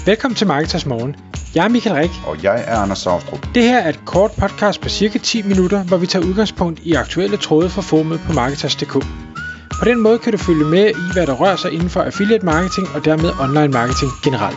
Velkommen til Marketers Morgen. Jeg er Michael Rik. Og jeg er Anders Saustrup. Det her er et kort podcast på cirka 10 minutter, hvor vi tager udgangspunkt i aktuelle tråde fra forumet på Marketers.dk. På den måde kan du følge med i, hvad der rører sig inden for affiliate marketing og dermed online marketing generelt.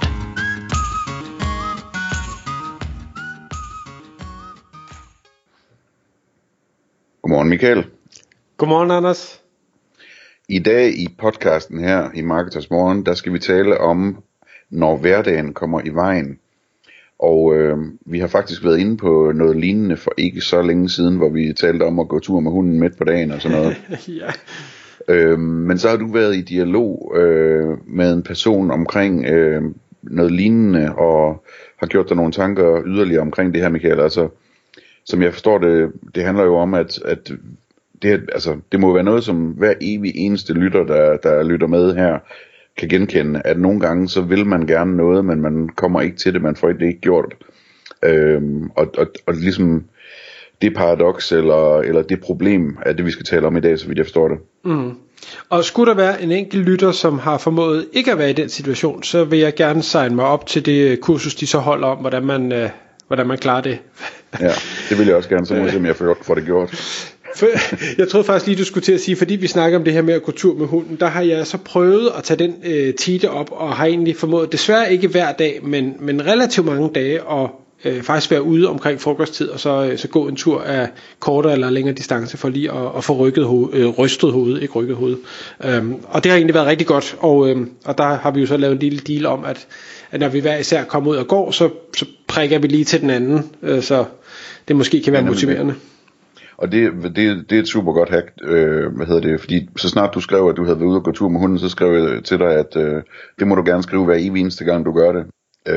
Godmorgen Michael. Godmorgen Anders. I dag i podcasten her i Marketers Morgen, der skal vi tale om, når hverdagen kommer i vejen. Og vi har faktisk været inde på noget lignende for ikke så længe siden, hvor vi talte om at gå tur med hunden midt på dagen og sådan noget. Ja. Men så har du været i dialog med en person omkring noget lignende, og har gjort dig nogle tanker yderligere omkring det her, Michael. Altså, som jeg forstår det, det handler jo om, at det må være noget, som hver evig eneste lytter, der lytter med her, kan genkende, at nogle gange så vil man gerne noget, men man kommer ikke til det, man får det ikke gjort. Og ligesom det paradoks eller det problem er det, vi skal tale om i dag, så vidt jeg forstår det. Mm. Og skulle der være en enkelt lytter, som har formået ikke at være i den situation, så vil jeg gerne signe mig op til det kursus, de så holder om, hvordan man klarer det. Ja, det vil jeg også gerne, så må jeg se, om jeg får det gjort. Jeg troede faktisk lige, du skulle til at sige, fordi vi snakker om det her med at gå tur med hunden, der har jeg så prøvet at tage den tite op, og har egentlig formået, desværre ikke hver dag, men relativt mange dage, og faktisk være ude omkring frokosttid, og så gå en tur af kortere eller længere distance, for lige at få rystet hovedet, ikke rykket hovedet. Og det har egentlig været rigtig godt, og der har vi jo så lavet en lille deal om, at når vi hver især kommer ud og går, så prikker vi lige til den anden, så det måske kan være motiverende. Og det er et super godt hack, fordi så snart du skrev, at du havde været ude og gå tur med hunden, så skrev jeg til dig, at det må du gerne skrive hver evig eneste gang, du gør det.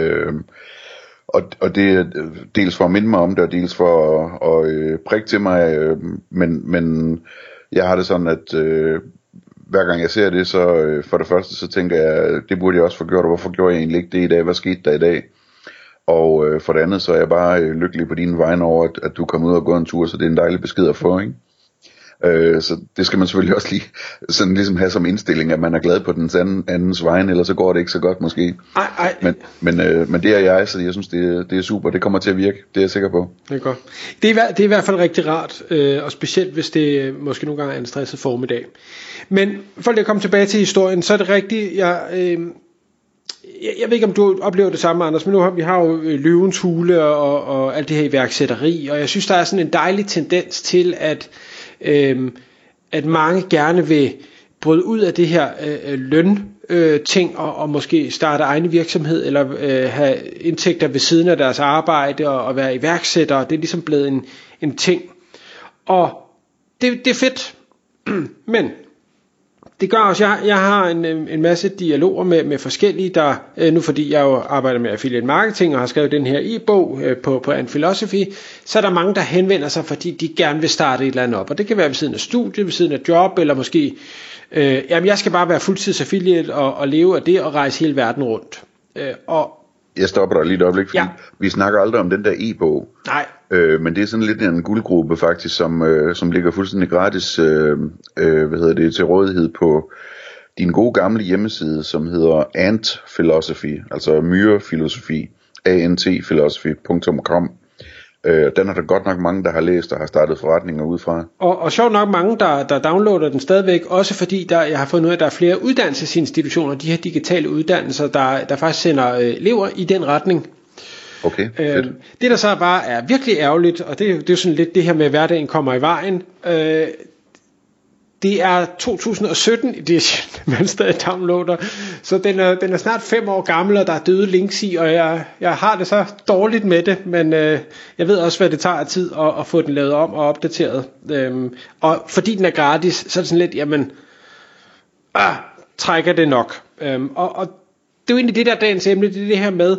Og det er dels for at minde mig om det, og dels for at prikke til mig, men jeg har det sådan, at hver gang jeg ser det, så for det første, så tænker jeg, det burde jeg også få gjort, og hvorfor gjorde jeg egentlig ikke det i dag, hvad skete der i dag? Og for det andet, så er jeg bare lykkelig på dine vegne over, at du kommer ud og går en tur, så det er en dejlig besked at få, ikke? Så det skal man selvfølgelig også lige sådan ligesom have som indstilling, at man er glad på den andens vegne, eller så går det ikke så godt måske. Ej. Men det er jeg, så jeg synes, det er super. Det kommer til at virke, det er jeg sikker på. Det er godt. Det er i hvert fald rigtig rart, og specielt hvis det måske nogle gange er en stresset formiddag. Men for lige at komme tilbage til historien, så er det rigtigt, jeg ved ikke, om du oplever det samme, Anders, men nu vi har jo Løvens Hule og alt det her iværksætteri, og jeg synes, der er sådan en dejlig tendens til, at mange gerne vil bryde ud af det her ting og måske starte egen virksomhed, eller have indtægter ved siden af deres arbejde og være iværksættere. Det er ligesom blevet en ting. Og det er fedt, men det gør også, jeg har en masse dialoger med forskellige, der nu fordi jeg jo arbejder med affiliate marketing og har skrevet den her e-bog på Anphilosophy, så er der mange, der henvender sig, fordi de gerne vil starte et eller andet op. Og det kan være ved siden af studiet, ved siden af job, eller måske, jeg skal bare være fuldtids affiliate og leve af det og rejse hele verden rundt. Jeg stopper dig lige et øjeblik, fordi vi snakker aldrig om den der e-bog. Nej. Men det er sådan lidt en guldgruppe faktisk, som ligger fuldstændig gratis til rådighed på din gode gamle hjemmeside, som hedder Ant Philosophy, altså myrefilosofi, antphilosophy.com. Den har der godt nok mange, der har læst og har startet forretninger ud fra. Og sjovt nok mange, der downloader den stadigvæk, også fordi jeg har fundet ud af, at der er flere uddannelsesinstitutioner, de her digitale uddannelser, der faktisk sender elever i den retning. Okay, fedt. Det der så bare er virkelig ærgerligt, og det er jo sådan lidt det her med, at hverdagen kommer i vejen, det er 2017 edition, man stadig downloader, så den er snart 5 år gammel, og der er døde links i, og jeg har det så dårligt med det, men jeg ved også, hvad det tager af tid at få den lavet om og opdateret, og fordi den er gratis, så er det sådan lidt, jamen, trækker det nok, og det er jo egentlig det der dagens emne, det er det her med,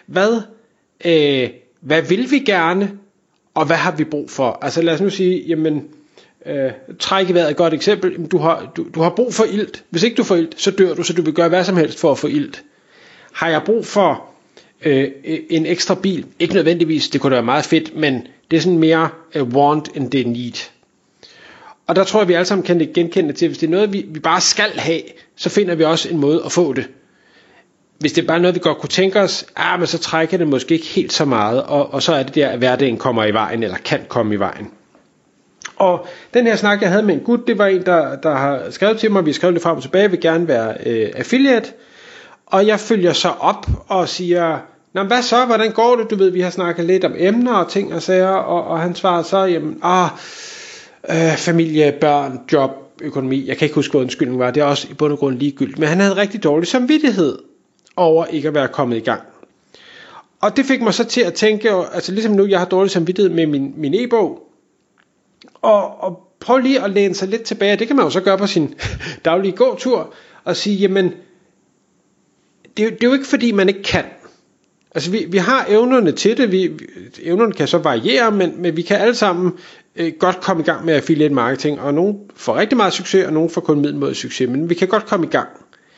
hvad vil vi gerne, og hvad har vi brug for? Altså lad os nu sige, jamen, træk i vejret er et godt eksempel. Du har brug for ilt. Hvis ikke du får ilt, så dør du, så du vil gøre hvad som helst for at få ilt. Har jeg brug for en ekstra bil? Ikke nødvendigvis, det kunne da være meget fedt, men det er sådan mere want end det need. Og der tror jeg, vi alle sammen kan genkende til, hvis det er noget, vi bare skal have, så finder vi også en måde at få det. hvis det er bare noget, vi godt kunne tænke os, men så trækker det måske ikke helt så meget, og så er det der, at hverdagen kommer i vejen, eller kan komme i vejen. Og den her snak, jeg havde med en gut, det var en, der har skrevet til mig, vi skrev det frem og tilbage, vil gerne være affiliate, og jeg følger så op og siger, nå, hvad så, hvordan går det, du ved, vi har snakket lidt om emner og ting og sager, og han svarer så, jamen, familie, børn, job, økonomi, jeg kan ikke huske, hvad undskyldningen var, det er også i bund og grund ligegyldigt, men han havde rigtig dårlig samvittighed over ikke at være kommet i gang. Og det fik mig så til at tænke, altså ligesom nu, jeg har dårlig samvittighed med min e-bog, og prøv lige at læne sig lidt tilbage, det kan man jo så gøre på sin daglige gåtur, og sige, jamen, det er jo ikke fordi, man ikke kan. Altså vi har evnerne til det, evnerne kan så variere, men vi kan alle sammen godt komme i gang med affiliate marketing, og nogen får rigtig meget succes, og nogen får kun middelmådig succes, men vi kan godt komme i gang.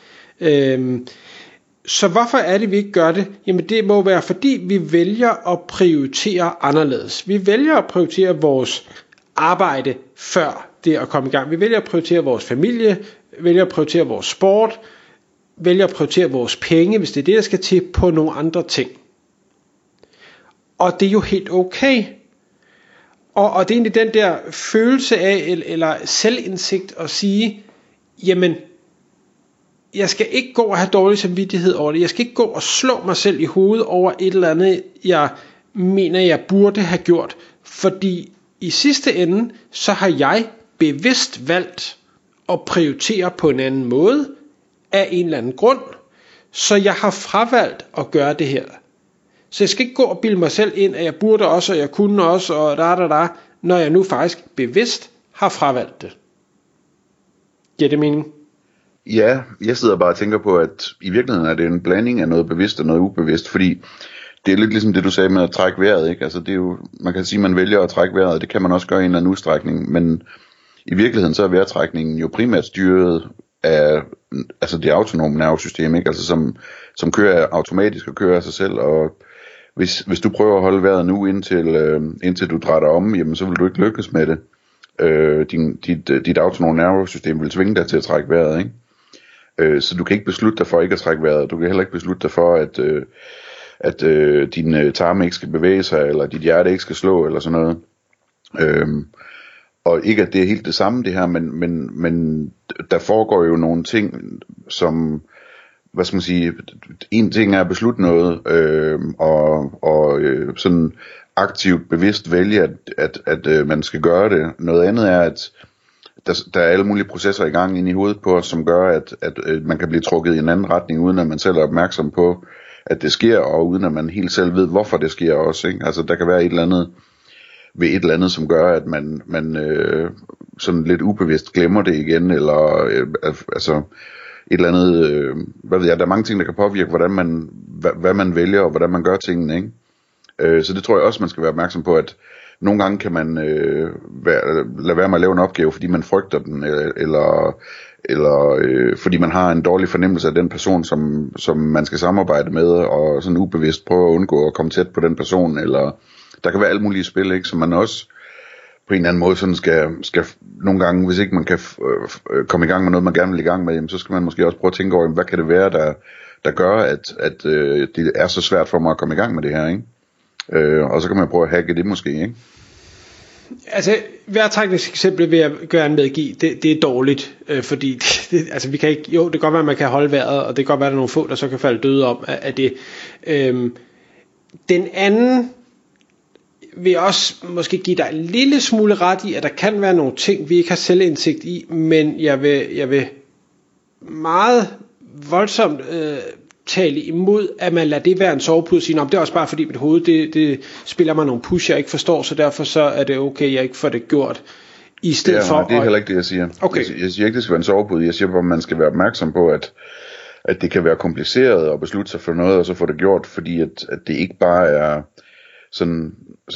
Så hvorfor er det, vi ikke gør det? Jamen det må være, fordi vi vælger at prioritere anderledes. Vi vælger at prioritere vores arbejde før det at komme i gang. Vi vælger at prioritere vores familie, vælger at prioritere vores sport, vælger at prioritere vores penge, hvis det er det, der skal til, på nogle andre ting. Og det er jo helt okay. Og det er egentlig den der følelse af, eller selvindsigt at sige, jamen, jeg skal ikke gå og have dårlig samvittighed over det. Jeg skal ikke gå og slå mig selv i hovedet over et eller andet, jeg mener, jeg burde have gjort. Fordi i sidste ende, så har jeg bevidst valgt at prioritere på en anden måde, af en eller anden grund, så jeg har fravalgt at gøre det her. Så jeg skal ikke gå og bilde mig selv ind, at jeg burde også, og jeg kunne også, og når jeg nu faktisk bevidst har fravalgt det. Giver det mening? Ja, jeg sidder bare og tænker på, at i virkeligheden er det en blanding af noget bevidst og noget ubevidst, fordi det er lidt ligesom det, du sagde med at trække vejret, ikke? Altså det er jo, man kan sige, at man vælger at trække vejret, det kan man også gøre i en eller anden udstrækning, men i virkeligheden så er vejrtrækningen jo primært styret af altså det autonome nervesystem, ikke? Altså som kører automatisk og kører af sig selv, og hvis du prøver at holde vejret nu indtil du drætter om, jamen så vil du ikke lykkes med det. Dit autonome nervesystem vil tvinge dig til at trække vejret, ikke? Så du kan ikke beslutte dig for ikke at trække vejret. Du kan heller ikke beslutte dig for at din tarme ikke skal bevæge sig, eller dit hjerte ikke skal slå, eller sådan noget. Og ikke at det er helt det samme det her, men der foregår jo nogle ting, som, hvad skal man sige, en ting er at beslutte noget, og sådan aktivt bevidst vælge, at man skal gøre det. Noget andet er, at der er alle mulige processer i gang inde i hovedet på os, som gør, at man kan blive trukket i en anden retning, uden at man selv er opmærksom på, at det sker, og uden at man helt selv ved, hvorfor det sker også, ikke? Altså der kan være et eller andet ved et eller andet, som gør, at man sådan lidt ubevidst glemmer det igen, eller altså et eller andet, hvad ved jeg, der er mange ting, der kan påvirke, hvad man vælger, og hvordan man gør tingene, ikke? Så det tror jeg også, man skal være opmærksom på, at nogle gange kan man lade være med at lave en opgave, fordi man frygter den, eller fordi man har en dårlig fornemmelse af den person, som man skal samarbejde med, og sådan ubevidst prøve at undgå at komme tæt på den person, eller der kan være alle mulige spil, ikke, som man også på en eller anden måde sådan skal nogle gange, hvis ikke man kan komme i gang med noget, man gerne vil i gang med, jamen, så skal man måske også prøve at tænke over, hvad kan det være, der gør, at det er så svært for mig at komme i gang med det her, ikke? Og så kan man prøve at hacke det måske, ikke? Altså, vejrtrækningseksempel vil jeg gerne medgive, det er dårligt, fordi altså vi kan ikke, jo, det kan godt være, at man kan holde vejret, og det kan godt være, at der er nogle få, der så kan falde døde om af det. Den anden vil også måske give dig en lille smule ret i, at der kan være nogle ting, vi ikke har selvindsigt i, men jeg vil meget voldsomt tale imod, at man lader det være en sovepude og sige, det er også bare fordi mit hoved, det spiller mig nogle push, jeg ikke forstår, så derfor så er det okay, jeg ikke får det gjort, i stedet for... det er heller ikke det, jeg siger. Okay. Jeg siger ikke, det skal være en sovepude, jeg siger bare, at man skal være opmærksom på, at det kan være kompliceret at beslutte sig for noget, og så få det gjort, fordi at det ikke bare er sådan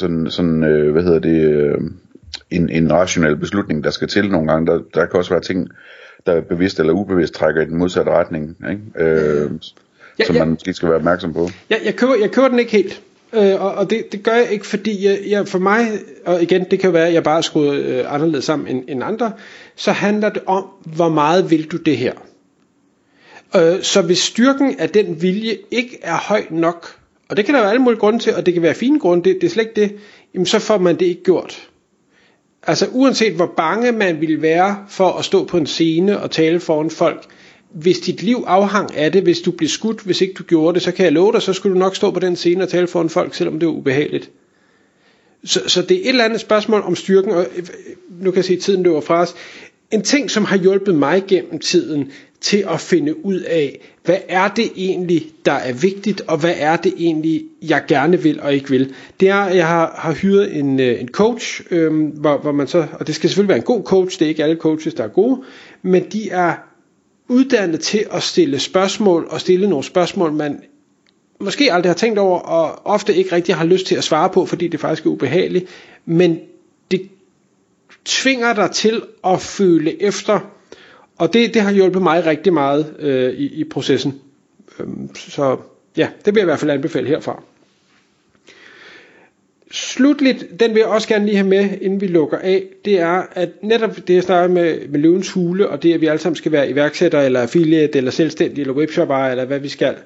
en rationel beslutning, der skal til nogle gange. Der kan også være ting, der bevidst eller ubevidst trækker i den modsatte retning, ikke? Som man måske skal være opmærksom på. Jeg køber den ikke helt, og det gør jeg ikke, fordi jeg for mig, og igen, det kan jo være, at jeg bare er skruet anderledes sammen end andre, så handler det om, hvor meget vil du det her? Så hvis styrken af den vilje ikke er høj nok, og det kan der være alle mulige grunde til, og det kan være fine grunde, det er slet ikke det, jamen så får man det ikke gjort. Altså uanset hvor bange man ville være for at stå på en scene og tale foran folk, hvis dit liv afhang af det, hvis du blev skudt, hvis ikke du gjorde det, så kan jeg love dig, så skulle du nok stå på den scene og tale foran folk, selvom det er ubehageligt. Så det er et eller andet spørgsmål om styrken, og nu kan jeg se, at tiden løber fra os. En ting, som har hjulpet mig gennem tiden til at finde ud af, hvad er det egentlig, der er vigtigt, og hvad er det egentlig, jeg gerne vil og ikke vil. Det er, at jeg har hyret en coach, hvor man så, og det skal selvfølgelig være en god coach, det er ikke alle coaches, der er gode, men de er uddannet til at stille spørgsmål, og stille nogle spørgsmål, man måske aldrig har tænkt over, og ofte ikke rigtig har lyst til at svare på, fordi det faktisk er ubehageligt, men det tvinger dig til at føle efter, og det har hjulpet mig rigtig meget i processen. Så ja, det vil jeg i hvert fald anbefale herfra. Slutligt, den vil jeg også gerne lige have med, inden vi lukker af, det er, at netop det jeg snakker med løvens hule, og det at vi alle sammen skal være iværksættere, eller affiliate, eller selvstændige, eller webshopper, eller hvad vi skal,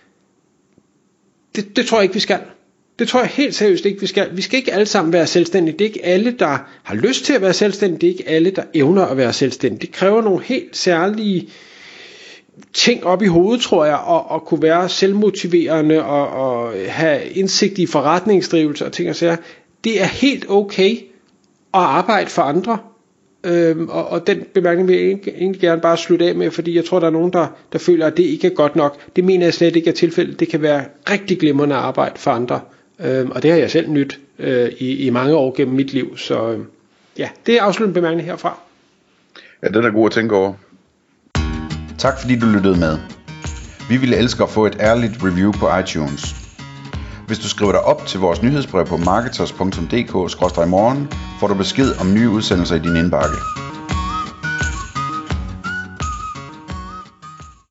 det tror jeg ikke vi skal. Det tror jeg helt seriøst ikke vi skal. Vi skal ikke alle sammen være selvstændige. Det er ikke alle der har lyst til at være selvstændige. Det er ikke alle der evner at være selvstændige. Det kræver nogle helt særlige ting op i hovedet, tror jeg, og kunne være selvmotiverende og have indsigt i forretningsdrivelse og ting og sager. Det er helt okay at arbejde for andre. Og den bemærkning vil jeg egentlig gerne bare slutte af med, fordi jeg tror der er nogen der føler at det ikke er godt nok. Det mener jeg slet ikke er tilfældet. Det kan være rigtig glimrende at arbejde for andre, og det har jeg selv nyt i mange år gennem mit liv. Så ja, det er afsluttende bemærkning herfra. Ja, det er god at tænke over. Tak fordi du lyttede med. Vi ville elske at få et ærligt review på iTunes. Hvis du skriver dig op til vores nyhedsbrev på marketers.dk/morgen, får du besked om nye udsendelser i din indbakke.